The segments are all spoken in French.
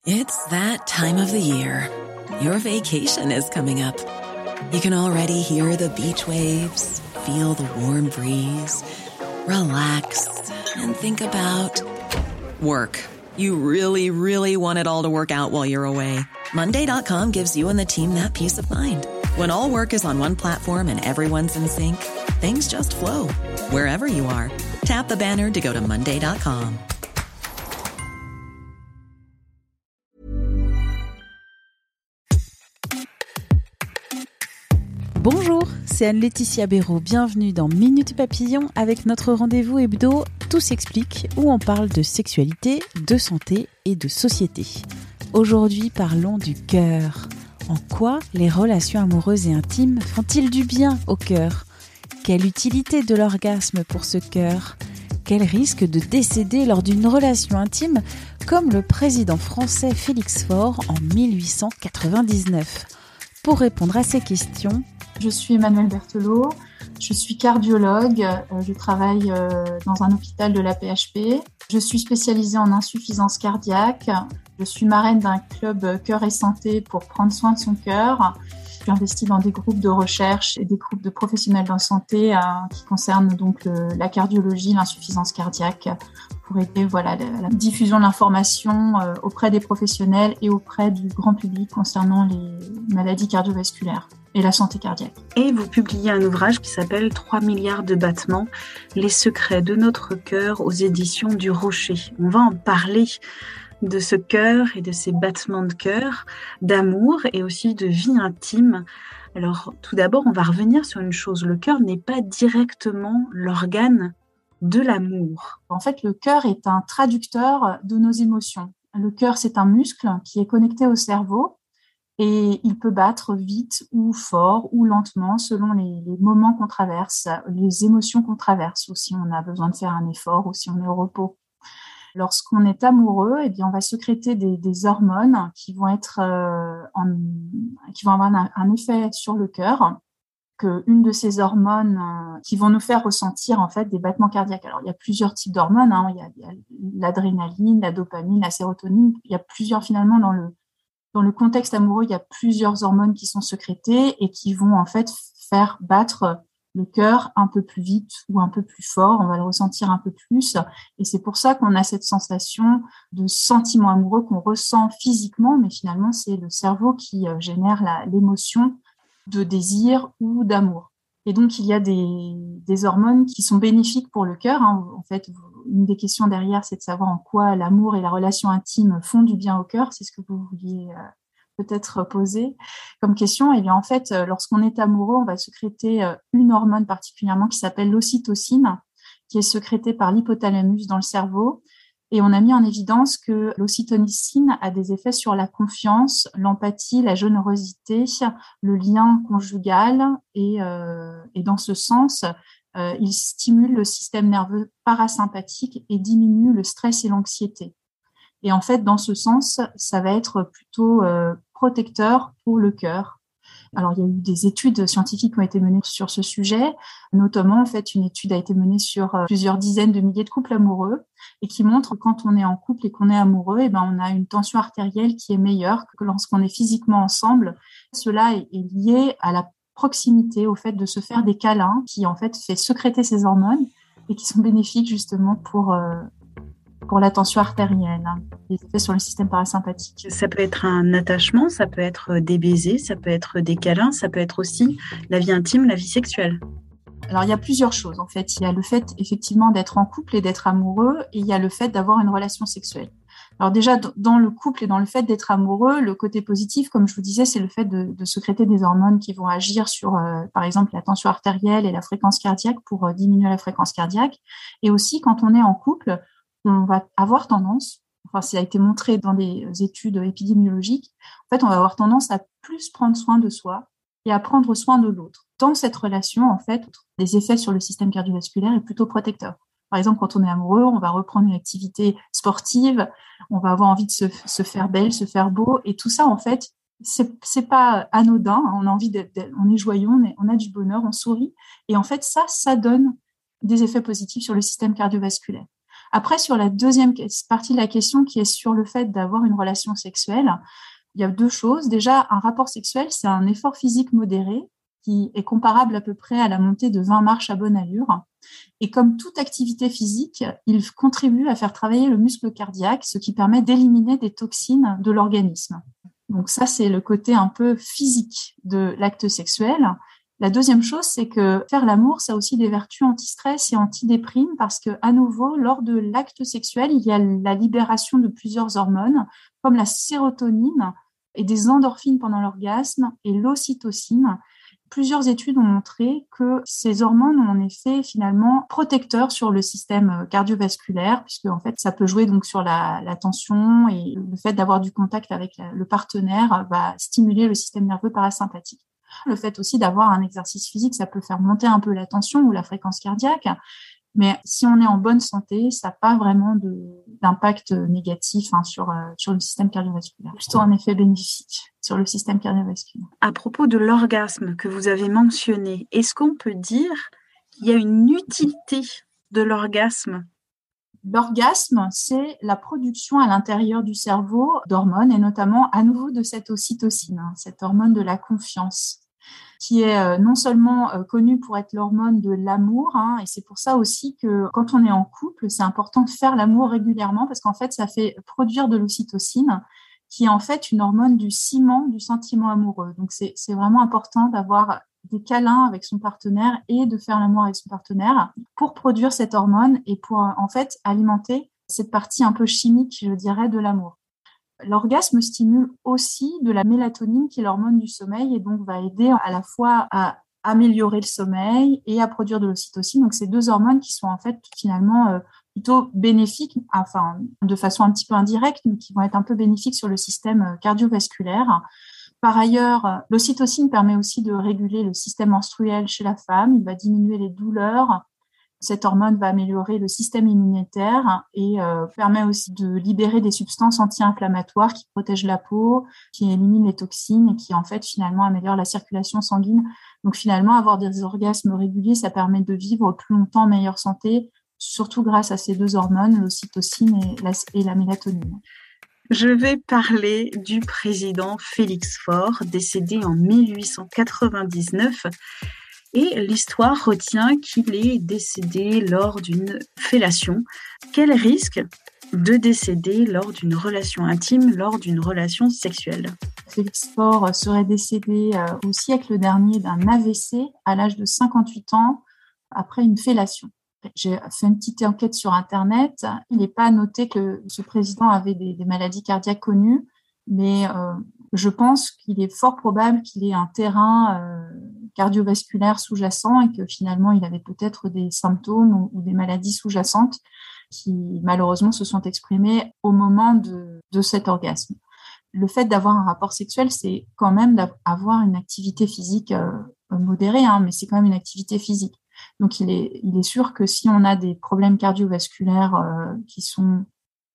It's that time of the year. Your vacation is coming up. You can already hear the beach waves, feel the warm breeze, relax, and think about work. You really, really want it all to work out while you're away. Monday.com gives you and the team that peace of mind. When all work is on one platform and everyone's in sync, things just flow. Wherever you are, tap the banner to go to Monday.com. Bonjour, c'est Anne-Laetitia Béraud. Bienvenue dans Minute Papillon avec notre rendez-vous hebdo Tout s'explique où on parle de sexualité, de santé et de société. Aujourd'hui, parlons du cœur. En quoi les relations amoureuses et intimes font-ils du bien au cœur ? Quelle utilité de l'orgasme pour ce cœur ? Quel risque de décéder lors d'une relation intime comme le président français Félix Faure en 1899 ? Pour répondre à ces questions, je suis Emmanuelle Berthelot, je suis cardiologue, je travaille dans un hôpital de la PHP. Je suis spécialisée en insuffisance cardiaque, je suis marraine d'un club Cœur et Santé pour prendre soin de son cœur. Je suis investie dans des groupes de recherche et des groupes de professionnels de la santé qui concernent donc la cardiologie, l'insuffisance cardiaque, pour aider la diffusion de l'information auprès des professionnels et auprès du grand public concernant les maladies cardiovasculaires et la santé cardiaque. Et vous publiez un ouvrage qui s'appelle 3 milliards de battements, les secrets de notre cœur aux éditions du Rocher. On va en parler de ce cœur et de ces battements de cœur, d'amour et aussi de vie intime. Alors tout d'abord, on va revenir sur une chose, le cœur n'est pas directement l'organe de l'amour. En fait, le cœur est un traducteur de nos émotions. Le cœur, c'est un muscle qui est connecté au cerveau et il peut battre vite ou fort ou lentement selon les moments qu'on traverse, les émotions qu'on traverse, ou si on a besoin de faire un effort ou si on est au repos. Lorsqu'on est amoureux, eh bien, on va sécréter des hormones qui vont qui vont avoir un effet sur le cœur. Une de ces hormones qui vont nous faire ressentir en fait des battements cardiaques. Alors il y a plusieurs types d'hormones, il y a l'adrénaline, la dopamine, la sérotonine. Il y a plusieurs finalement dans le contexte amoureux, il y a plusieurs hormones qui sont sécrétées et qui vont en fait faire battre le cœur un peu plus vite ou un peu plus fort, on va le ressentir un peu plus. Et c'est pour ça qu'on a cette sensation de sentiment amoureux qu'on ressent physiquement, mais finalement, c'est le cerveau qui génère l'émotion de désir ou d'amour. Et donc, il y a des hormones qui sont bénéfiques pour le cœur. En fait, une des questions derrière, c'est de savoir en quoi l'amour et la relation intime font du bien au cœur. C'est ce que vous vouliez peut-être poser comme question. Et bien en fait, lorsqu'on est amoureux, on va sécréter une hormone particulièrement qui s'appelle l'ocytocine, qui est sécrétée par l'hypothalamus dans le cerveau. Et on a mis en évidence que l'ocytocine a des effets sur la confiance, l'empathie, la générosité, le lien conjugal. Et dans ce sens, il stimule le système nerveux parasympathique et diminue le stress et l'anxiété. Et en fait, dans ce sens, ça va être plutôt protecteur pour le cœur. Alors, il y a eu des études scientifiques qui ont été menées sur ce sujet. Notamment, en fait, une étude a été menée sur plusieurs dizaines de milliers de couples amoureux et qui montre que quand on est en couple et qu'on est amoureux, on a une tension artérielle qui est meilleure que lorsqu'on est physiquement ensemble. Cela est lié à la proximité, au fait de se faire des câlins qui, en fait, fait sécréter ces hormones et qui sont bénéfiques justement pour la tension artérielle, les effets sur le système parasympathique. Ça peut être un attachement, ça peut être des baisers, ça peut être des câlins, ça peut être aussi la vie intime, la vie sexuelle. Alors, il y a plusieurs choses, en fait. Il y a le fait, effectivement, d'être en couple et d'être amoureux, et il y a le fait d'avoir une relation sexuelle. Alors déjà, dans le couple et dans le fait d'être amoureux, le côté positif, comme je vous disais, c'est le fait de sécréter des hormones qui vont agir sur, par exemple, la tension artérielle et la fréquence cardiaque pour diminuer la fréquence cardiaque. Et aussi, quand on est en couple, on va avoir tendance, ça a été montré dans des études épidémiologiques, en fait, on va avoir tendance à plus prendre soin de soi et à prendre soin de l'autre. Dans cette relation, en fait, les effets sur le système cardiovasculaire est plutôt protecteur. Par exemple, quand on est amoureux, on va reprendre une activité sportive, on va avoir envie de se faire belle, se faire beau, et tout ça, en fait, c'est pas anodin. On a envie on est joyeux, on a du bonheur, on sourit, et en fait, ça donne des effets positifs sur le système cardiovasculaire. Après, sur la deuxième partie de la question qui est sur le fait d'avoir une relation sexuelle, il y a deux choses. Déjà, un rapport sexuel, c'est un effort physique modéré qui est comparable à peu près à la montée de 20 marches à bonne allure. Et comme toute activité physique, il contribue à faire travailler le muscle cardiaque, ce qui permet d'éliminer des toxines de l'organisme. Donc ça, c'est le côté un peu physique de l'acte sexuel. La deuxième chose, c'est que faire l'amour, ça a aussi des vertus anti-stress et anti-déprime parce que, à nouveau, lors de l'acte sexuel, il y a la libération de plusieurs hormones, comme la sérotonine et des endorphines pendant l'orgasme et l'ocytocine. Plusieurs études ont montré que ces hormones ont en effet finalement protecteur sur le système cardiovasculaire, puisque en fait ça peut jouer donc sur la tension et le fait d'avoir du contact avec le partenaire va stimuler le système nerveux parasympathique. Le fait aussi d'avoir un exercice physique, ça peut faire monter un peu la tension ou la fréquence cardiaque. Mais si on est en bonne santé, ça n'a pas vraiment d'impact négatif sur le système cardiovasculaire. Plutôt un effet bénéfique sur le système cardiovasculaire. À propos de l'orgasme que vous avez mentionné, est-ce qu'on peut dire qu'il y a une utilité de l'orgasme ? L'orgasme, c'est la production à l'intérieur du cerveau d'hormones et notamment à nouveau de cette ocytocine, cette hormone de la confiance, qui est non seulement connue pour être l'hormone de l'amour, et c'est pour ça aussi que quand on est en couple, c'est important de faire l'amour régulièrement parce qu'en fait, ça fait produire de l'ocytocine, qui est en fait une hormone du ciment du sentiment amoureux. Donc, c'est vraiment important d'avoir des câlins avec son partenaire et de faire l'amour avec son partenaire pour produire cette hormone et pour en fait alimenter cette partie un peu chimique, je dirais, de l'amour. L'orgasme stimule aussi de la mélatonine qui est l'hormone du sommeil et donc va aider à la fois à améliorer le sommeil et à produire de l'ocytocine. Donc, c'est deux hormones qui sont en fait finalement plutôt bénéfiques, enfin de façon un petit peu indirecte, mais qui vont être un peu bénéfiques sur le système cardiovasculaire. Par ailleurs, l'ocytocine permet aussi de réguler le système menstruel chez la femme. Il va diminuer les douleurs. Cette hormone va améliorer le système immunitaire et permet aussi de libérer des substances anti-inflammatoires qui protègent la peau, qui éliminent les toxines et qui en fait finalement améliorent la circulation sanguine. Donc finalement, avoir des orgasmes réguliers, ça permet de vivre plus longtemps en meilleure santé, surtout grâce à ces deux hormones, l'ocytocine et la mélatonine. Je vais parler du président Félix Faure, décédé en 1899. Et l'histoire retient qu'il est décédé lors d'une fellation. Quel risque de décéder lors d'une relation intime, lors d'une relation sexuelle ? Félix Faure serait décédé au siècle dernier d'un AVC à l'âge de 58 ans après une fellation. J'ai fait une petite enquête sur Internet. Il n'est pas noté que ce président avait des maladies cardiaques connues, mais je pense qu'il est fort probable qu'il ait un terrain cardiovasculaire sous-jacent et que finalement, il avait peut-être des symptômes ou des maladies sous-jacentes qui, malheureusement, se sont exprimées au moment de cet orgasme. Le fait d'avoir un rapport sexuel, c'est quand même d'avoir une activité physique modérée, mais c'est quand même une activité physique. Donc, il est sûr que si on a des problèmes cardiovasculaires qui sont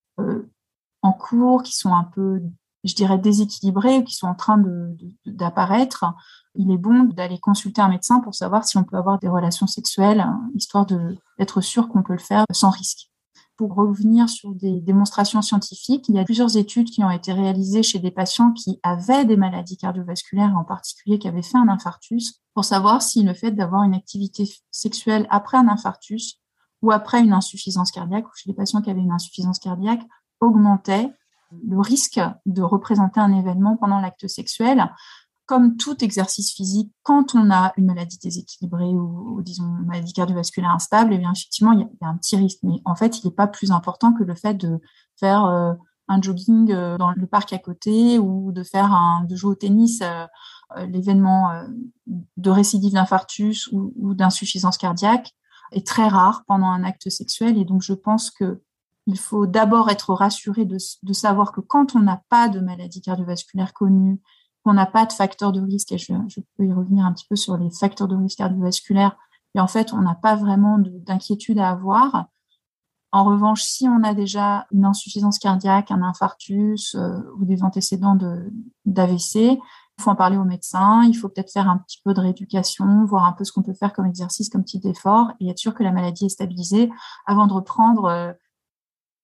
en cours, qui sont un peu, je dirais, déséquilibrés ou qui sont en train d'apparaître, il est bon d'aller consulter un médecin pour savoir si on peut avoir des relations sexuelles, histoire d'être sûr qu'on peut le faire sans risque. Pour revenir sur des démonstrations scientifiques, il y a plusieurs études qui ont été réalisées chez des patients qui avaient des maladies cardiovasculaires, en particulier qui avaient fait un infarctus, pour savoir si le fait d'avoir une activité sexuelle après un infarctus ou après une insuffisance cardiaque, ou chez les patients qui avaient une insuffisance cardiaque, augmentait le risque de représenter un événement pendant l'acte sexuel. Comme tout exercice physique, quand on a une maladie déséquilibrée ou disons, une maladie cardiovasculaire instable, eh bien, effectivement, il y a un petit risque. Mais en fait, il n'est pas plus important que le fait de faire un jogging dans le parc à côté ou de jouer au tennis. L'événement de récidive d'infarctus ou d'insuffisance cardiaque est très rare pendant un acte sexuel. Et donc, je pense qu'il faut d'abord être rassuré de savoir que quand on n'a pas de maladie cardiovasculaire connue, qu'on n'a pas de facteurs de risque, et je peux y revenir un petit peu sur les facteurs de risque cardiovasculaires, et en fait, on n'a pas vraiment d'inquiétude à avoir. En revanche, si on a déjà une insuffisance cardiaque, un infarctus ou des antécédents d'AVC, il faut en parler au médecin, il faut peut-être faire un petit peu de rééducation, voir un peu ce qu'on peut faire comme exercice, comme type d'effort, et être sûr que la maladie est stabilisée avant de reprendre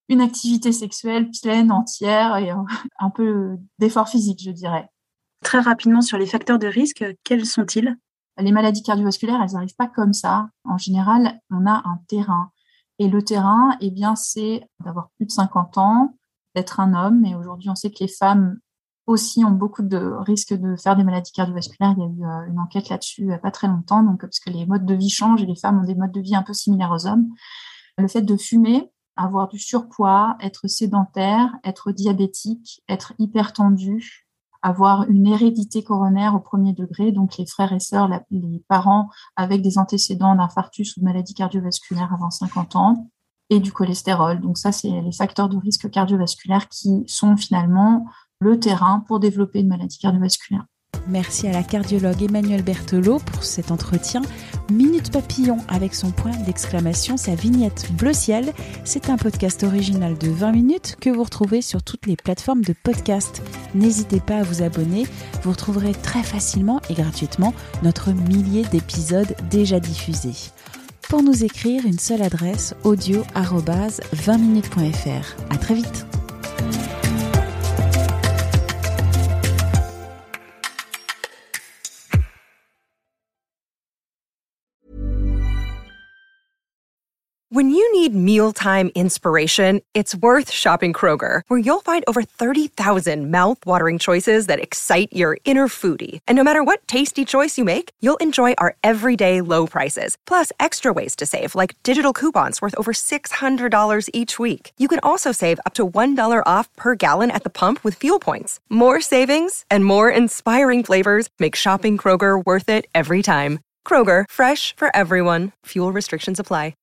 une activité sexuelle pleine, entière et un peu d'effort physique, je dirais. Très rapidement, sur les facteurs de risque, quels sont-ils ? Les maladies cardiovasculaires, elles n'arrivent pas comme ça. En général, on a un terrain. Et le terrain, eh bien, c'est d'avoir plus de 50 ans, d'être un homme. Et aujourd'hui, on sait que les femmes aussi ont beaucoup de risques de faire des maladies cardiovasculaires. Il y a eu une enquête là-dessus il n'y a pas très longtemps, donc, parce que les modes de vie changent et les femmes ont des modes de vie un peu similaires aux hommes. Le fait de fumer, avoir du surpoids, être sédentaire, être diabétique, être hypertendu, avoir une hérédité coronaire au premier degré, donc les frères et sœurs, les parents avec des antécédents d'infarctus ou de maladies cardiovasculaires avant 50 ans, et du cholestérol. Donc ça, c'est les facteurs de risque cardiovasculaire qui sont finalement le terrain pour développer une maladie cardiovasculaire. Merci à la cardiologue Emmanuelle Berthelot pour cet entretien. Minute Papillon avec son point d'exclamation, sa vignette bleu ciel. C'est un podcast original de 20 minutes que vous retrouvez sur toutes les plateformes de podcast. N'hésitez pas à vous abonner. Vous retrouverez très facilement et gratuitement notre millier d'épisodes déjà diffusés. Pour nous écrire, une seule adresse, audio@20minutes.fr. À très vite. When you need mealtime inspiration, it's worth shopping Kroger, where you'll find over 30,000 mouth-watering choices that excite your inner foodie. And no matter what tasty choice you make, you'll enjoy our everyday low prices, plus extra ways to save, like digital coupons worth over $600 each week. You can also save up to $1 off per gallon at the pump with fuel points. More savings and more inspiring flavors make shopping Kroger worth it every time. Kroger, fresh for everyone. Fuel restrictions apply.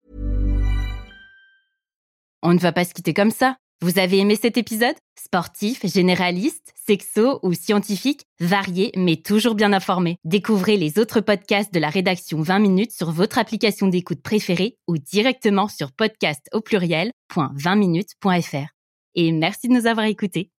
On ne va pas se quitter comme ça. Vous avez aimé cet épisode ? Sportif, généraliste, sexo ou scientifique, varié mais toujours bien informé. Découvrez les autres podcasts de la rédaction 20 minutes sur votre application d'écoute préférée ou directement sur podcast@20minutes.fr. Et merci de nous avoir écoutés.